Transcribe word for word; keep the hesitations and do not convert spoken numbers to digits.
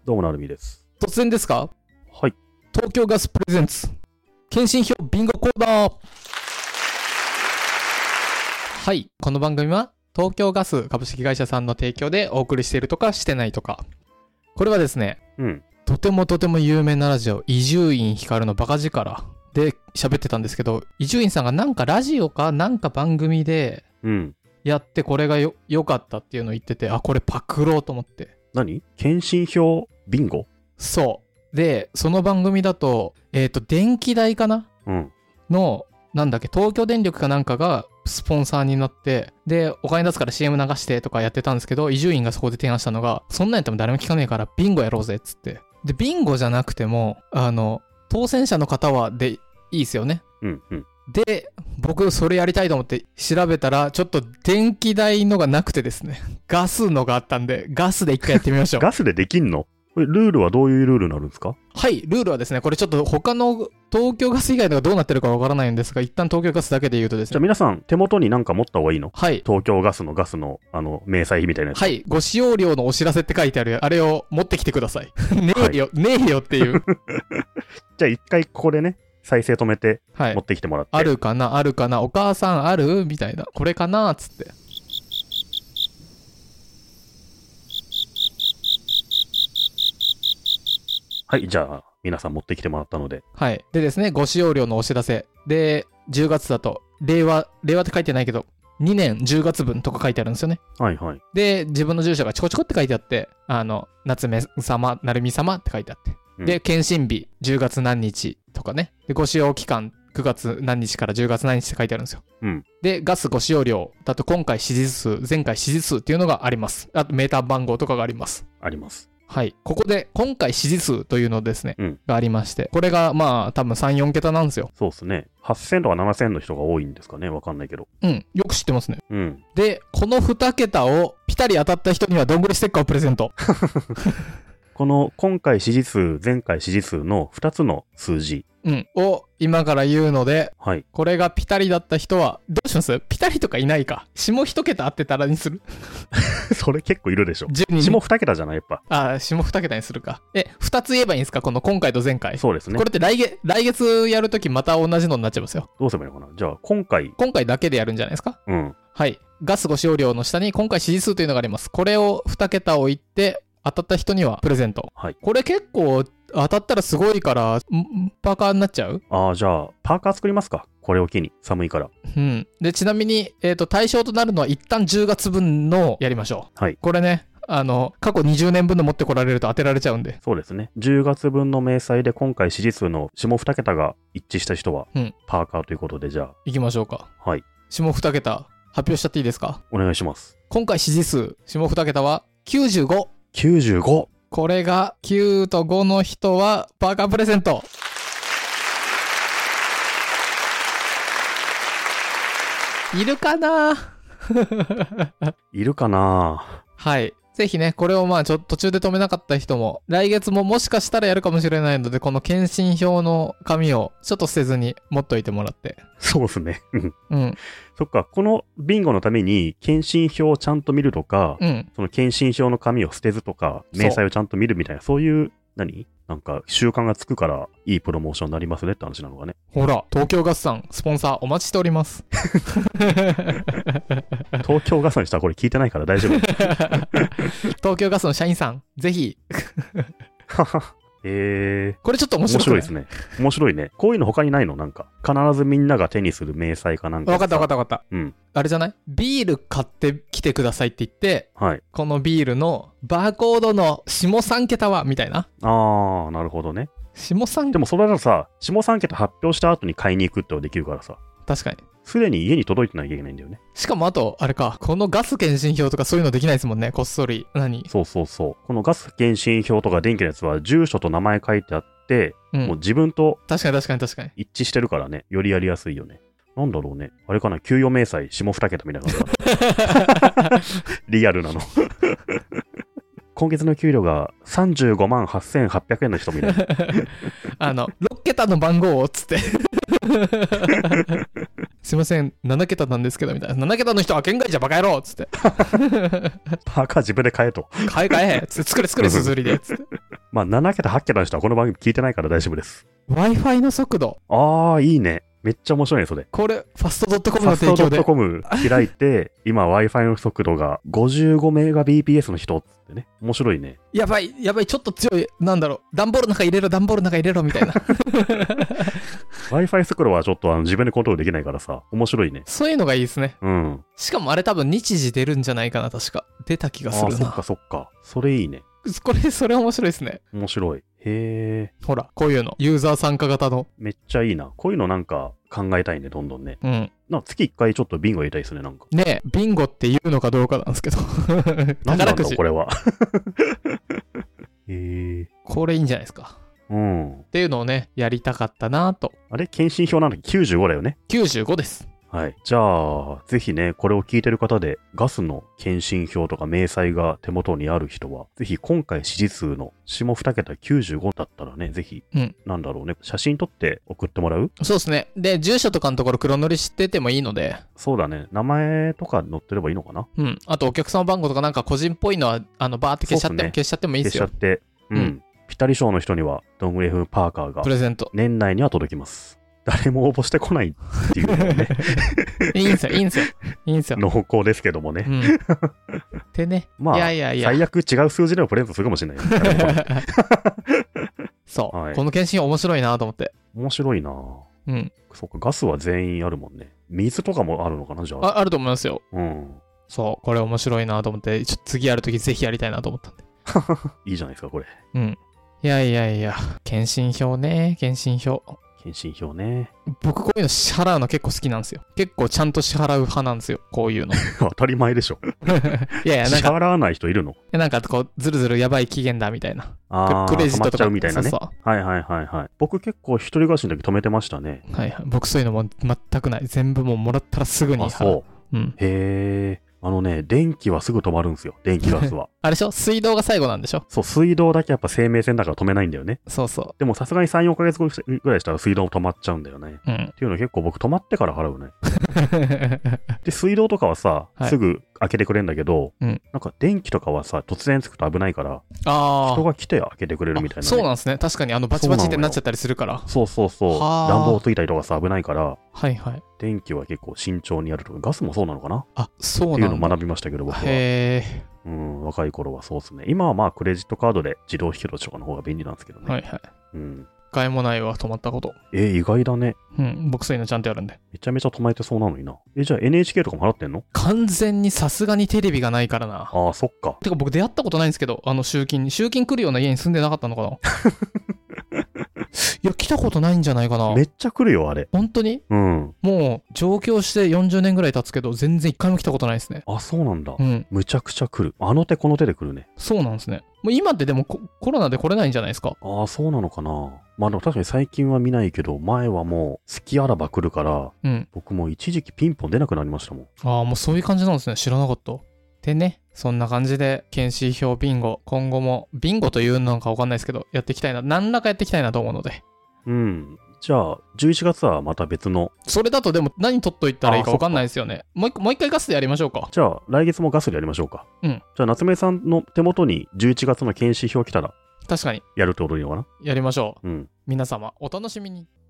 どうもなるみです。 突然ですか？ はい。 東京ガスプレゼンツ検診票ビンゴコーナー。はい、この番組は東京ガス株式会社さんの提供でお送りしているとかしてないとか。これはですね、 うん、 とてもとても有名なラジオ伊集院光のバカ力で喋ってたんですけど、伊集院さんがなんかラジオかなんか番組でやってこれがよ良かったっていうのを言ってて、あ、これパクろうと思って。 何？検診票ビンゴ？ そうで、その番組だとえっと電気代かな、 うん、 のなんだっけ、東京電力かなんかがスポンサーになって、でお金出すから シーエム 流してとかやってたんですけど、伊集院がそこで提案したのが、そんなんやっても誰も聞かねえからビンゴやろうぜっつって。でビンゴじゃなくてもあの当選者の方はでいいですよね。 うんうん。 で僕それやりたいと思って調べたら、ちょっと電気代のがなくてですね、ガスのがあったんで、ガスで一回やってみましょう。 ガスでできんの？これルールはどういうルールになるんですか？ はい、ルールはですね、これちょっと他の東京ガス以外のがどうなってるかわからないんですが、一旦東京ガスだけで言うとですね。 じゃあ皆さん手元になんか持った方がいいの？ はい。 東京ガスのガスのあの明細みたいなやつ。 はい、ご使用量のお知らせって書いてあるあれを持ってきてください。ねえよ、はい、ねえよっていう。 じゃあ一回ここでね、再生止めて持ってきてもらって、 はい、あるかなあるかな、お母さんあるみたいな、これかなっつって。 はい、じゃあ皆さん持ってきてもらったので、 はい。でですね、ご使用量のお知らせで、じゅうがつだと令和令和って書いてないけどにねんじゅうがつぶんとか書いてあるんですよね。 はいはい。 で自分の住所がちょこちょこって書いてあって、あの夏目様なるみ様って書いてあって、うん、で検診日じゅうがつ何日とかね、でご使用期間くがつ何日からじゅうがつ何日って書いてあるんですよ。 うん、 でガスご使用量だと今回支持数、前回支持数っていうのがあります。あとメーター番号とかがありますあります。 はい。ここで今回支持数というのですね、 うん、 がありまして、これがまあ多分さん、よんけたなんですよ。 そうですね。はっせんとかななせんの人が多いんですかね、わかんないけど。 うん、よく知ってますね。 うん。 でこのにけたをピタリ当たった人にはどんぐりステッカーをプレゼント。 この今回支持数、前回支持数のふたつの数字、 うん、を今から言うので、 はい、 これがピタリだった人はどうします？ピタリとかいないか、下一桁合ってたらにする？ それ結構いるでしょ。 じゅうにん下二桁じゃない？やっぱ。 ああ、下二桁にするか。え、ふたつ言えばいいんですか？この今回と前回。 そうですね。 これって来月来月やるときまた同じのになっちゃいますよ。 どうすればいいのかな。じゃあ今回今回だけでやるんじゃないですか。 うん。 はい。ガスご使用量の下に今回支持数というのがあります。これをに桁置いて当たった人にはプレゼント。 はい。 これ結構当たったらすごいからパーカーになっちゃう？ ああ、じゃあパーカー作りますか。これを機に、寒いから。 うん。でちなみに、えーと、対象となるのは一旦じゅうがつぶんのやりましょう。 はい。 これね、あの過去にじゅうねんぶんの持ってこられると当てられちゃうんで。 そうですね。じゅうがつぶんの明細で今回支持数の下に桁が一致した人は、うん、パーカーということで、じゃあ行きましょうか。 はい。 下に桁発表しちゃっていいですか？ お願いします。 今回支持数下に桁はきゅうじゅうご。 きゅうじゅうご。 これがきゅうとごの人はパーカープレゼント。いるかないるかな。 はい。ぜひね、これをまあちょっと途中で止めなかった人も、来月ももしかしたらやるかもしれないので、この検診票の紙をちょっと捨てずに持っといてもらって。 そうですね。 うん。 そっか、このビンゴのために検診票をちゃんと見るとか、 うん、 その検診票の紙を捨てずとか、明細をちゃんと見るみたいな、そういう、何なんか習慣がつくからいいプロモーションになりますねって話なのがね。 ほら、東京ガスさんスポンサーお待ちしております。 東京ガスの人はこれ聞いてないから大丈夫。 東京ガスの社員さんぜひ。 えー、 これちょっと面白い。 面白いですね。面白いね。こういうの他にないの？なんか必ずみんなが手にする明細かなんか。 分かった分かった分かった。 うん。 あれじゃない？ビール買ってきてくださいって言って、 はい。 このビールのバーコードの下さん桁はみたいな。 あー、なるほどね。 下さん。 でもそれだとさ、下さん桁発表した後に買いに行くってのできるからさ。 確かに。 すでに家に届いてなきゃいけないんだよね。 しかもあとあれか、このガス検診票とかそういうのできないですもんね。こっそり。何？ そうそうそう。このガス検診票とか電気のやつは住所と名前書いてあって、うん、もう自分と確かに確かに確かに一致してるからね、よりやりやすいよね。なんだろうね。あれかな、給与明細下に桁みたいな感じだ。リアルなの。今月の給料がさんじゅうごまんはっせんはっぴゃくえんの人みたいな。 あのろっ桁の番号をつってすいませんなな桁なんですけどみたいな、なな桁の人は県外じゃバカ野郎っつってパーカー自分で買えと買え買えつって作れ作れすずりでつってまあ、ななけたはちけたの人はこの番組聞いてないから大丈夫です。 Wi-Fi の速度。 ああ、いいね。めっちゃ面白いね、それ。 これ、ファストドットコムの提供で。 ファストドットコム開いて、今 Wi-Fi の速度が ごじゅうごメガビーピーエス の人ってね。面白いね。 やばい、やばい、ちょっと強い。なんだろう。段ボールの中入れろ、段ボールの中入れろ、みたいな。 Wi-Fi 速度はちょっとあの自分でコントロールできないからさ、面白いね。 そういうのがいいですね。 うん。 しかもあれ多分日時出るんじゃないかな、確か。出た気がするな。 あ、そっかそっか。それいいね。 これ、それ面白いですね。 面白い。へえ。 ほら、こういうの。ユーザー参加型の。 めっちゃいいな。こういうのなんか考えたいね、どんどんね。 うん。 なんか月いっかいちょっとビンゴやりたいですね、なんか。 ねえ、ビンゴって言うのかどうかなんですけど。 なんだろう、 宝くじ。 これは。へえ。 これいいんじゃないですか。 うん。 っていうのをね、やりたかったなと。 あれ検診票なんだっけ ?きゅうじゅうご だよね。 きゅうじゅうごです。 はい。じゃあ、ぜひね、これを聞いてる方で、ガスの検診票とか明細が手元にある人は、ぜひ今回指示数の下にけたきゅうじゅうごだったらね、ぜひ、 うん、 なんだろうね、写真撮って送ってもらう？ そうですね。で、住所とかのところ黒塗りしててもいいので。 そうだね。名前とか載ってればいいのかな？ うん。あと、お客様番号とかなんか個人っぽいのは、あの、バーって消しちゃっても、ね、消しちゃってもいいですよ。 消しちゃって。うん。うん、ピタリ賞の人には、どんぐり F パーカーが、 プレゼント。 年内には届きます。誰も応募してこないっていうのね。 いいんすよ、いいんすよ。いいんすよ。 濃厚ですけどもね。 うん。でね。 まあ、いやいやいや最悪違う数字でもプレゼントするかもしれないよ。 そう、はい。この検診面白いなと思って。 面白いな。 うん。 そうか、ガスは全員あるもんね。水とかもあるのかな、じゃあ。 あ、あると思いますよ。 うん。 そう、これ面白いなと思って、ちょっと次やるときぜひやりたいなと思ったんで。 いいじゃないですか、これ。 うん。いやいやいや、検診票ね、検診票。 検診票ね。 僕こういうの支払うの結構好きなんですよ。結構ちゃんと支払う派なんですよ。こういうの。 当たり前でしょ。 いやいや、なんか。 支払わない人いるの？ なんかこう、ずるずるやばい期限だみたいな。 あクレジットとか。 止まっちゃうみたいなね。そうそうはいはいはいはい。僕結構一人暮らしの時止めてましたね。 はいはい。僕そういうのも全くない。全部もうもらったらすぐに払う。 あ、そう。うん。へー。あのね、電気はすぐ止まるんですよ。電気ガスは。 あれでしょ？水道が最後なんでしょ？ そう、水道だけやっぱ生命線だから止めないんだよね。 そうそう。 でもさすがにさん、よんかげつごぐらいしたら水道も止まっちゃうんだよね。 うん。 っていうの結構僕止まってから払うね。で、水道とかはさ、はい、すぐ開けてくれるんだけど、うん、なんか電気とかはさ、突然つくと危ないから、あ人が来て開けてくれるみたいな、ね。 そうなんですね。確かにあのバチバチってなっちゃったりするから。 そうそうそう。暖房ついたりとかさ、危ないから。 はいはい。 電気は結構慎重にやるとか、ガスもそうなのかな？ あ、そうなんだ。 っていうのを学びましたけど、僕は。へー。うん、若い頃はそうですね。今はまあクレジットカードで自動引き落ちとかの方が便利なんですけどね。 はいはい。 うん。 一回もないわ、止まったこと。 えー、意外だね。 うん、僕そういうのちゃんとやるんで。 めちゃめちゃ止まれてそうなのにな。え、じゃあ エヌエイチケー とかも払ってんの？ 完全にさすがにテレビがないからな。 ああ、そっか。 てか僕出会ったことないんですけど、あの集金に。集金来るような家に住んでなかったのかな。いや、来たことないんじゃないかな。 めっちゃ来るよ、あれ。 本当に？うん。もう、上京してよんじゅうねんぐらい経つけど、全然一回も来たことないですね。 あ、そうなんだ。 うん。 むちゃくちゃ来る。あの手この手で来るね。 そうなんですね。もう今ってでもコロナで来れないんじゃないですか。 ああ、そうなのかな。まあでも確かに最近は見ないけど、前はもう、隙あらば来るから、うん。僕も一時期ピンポン出なくなりましたもん。 ああ、もうそういう感じなんですね。知らなかった。でね、そんな感じで、検診票ビンゴ、今後も、ビンゴというのかわかんないですけど、やっていきたいな、何らかやっていきたいなと思うので。 うん。じゃあ、じゅういちがつはまた別の。 それだとでも何取っといたらいいかわかんないですよね。もう一回、もう一回ガスでやりましょうか。 じゃあ、来月もガスでやりましょうか。 うん。 じゃあ、夏目さんの手元にじゅういちがつの検診票来たら。 確かに。 やるってことでいいのかな？ やりましょう。 うん。 皆様、お楽しみに。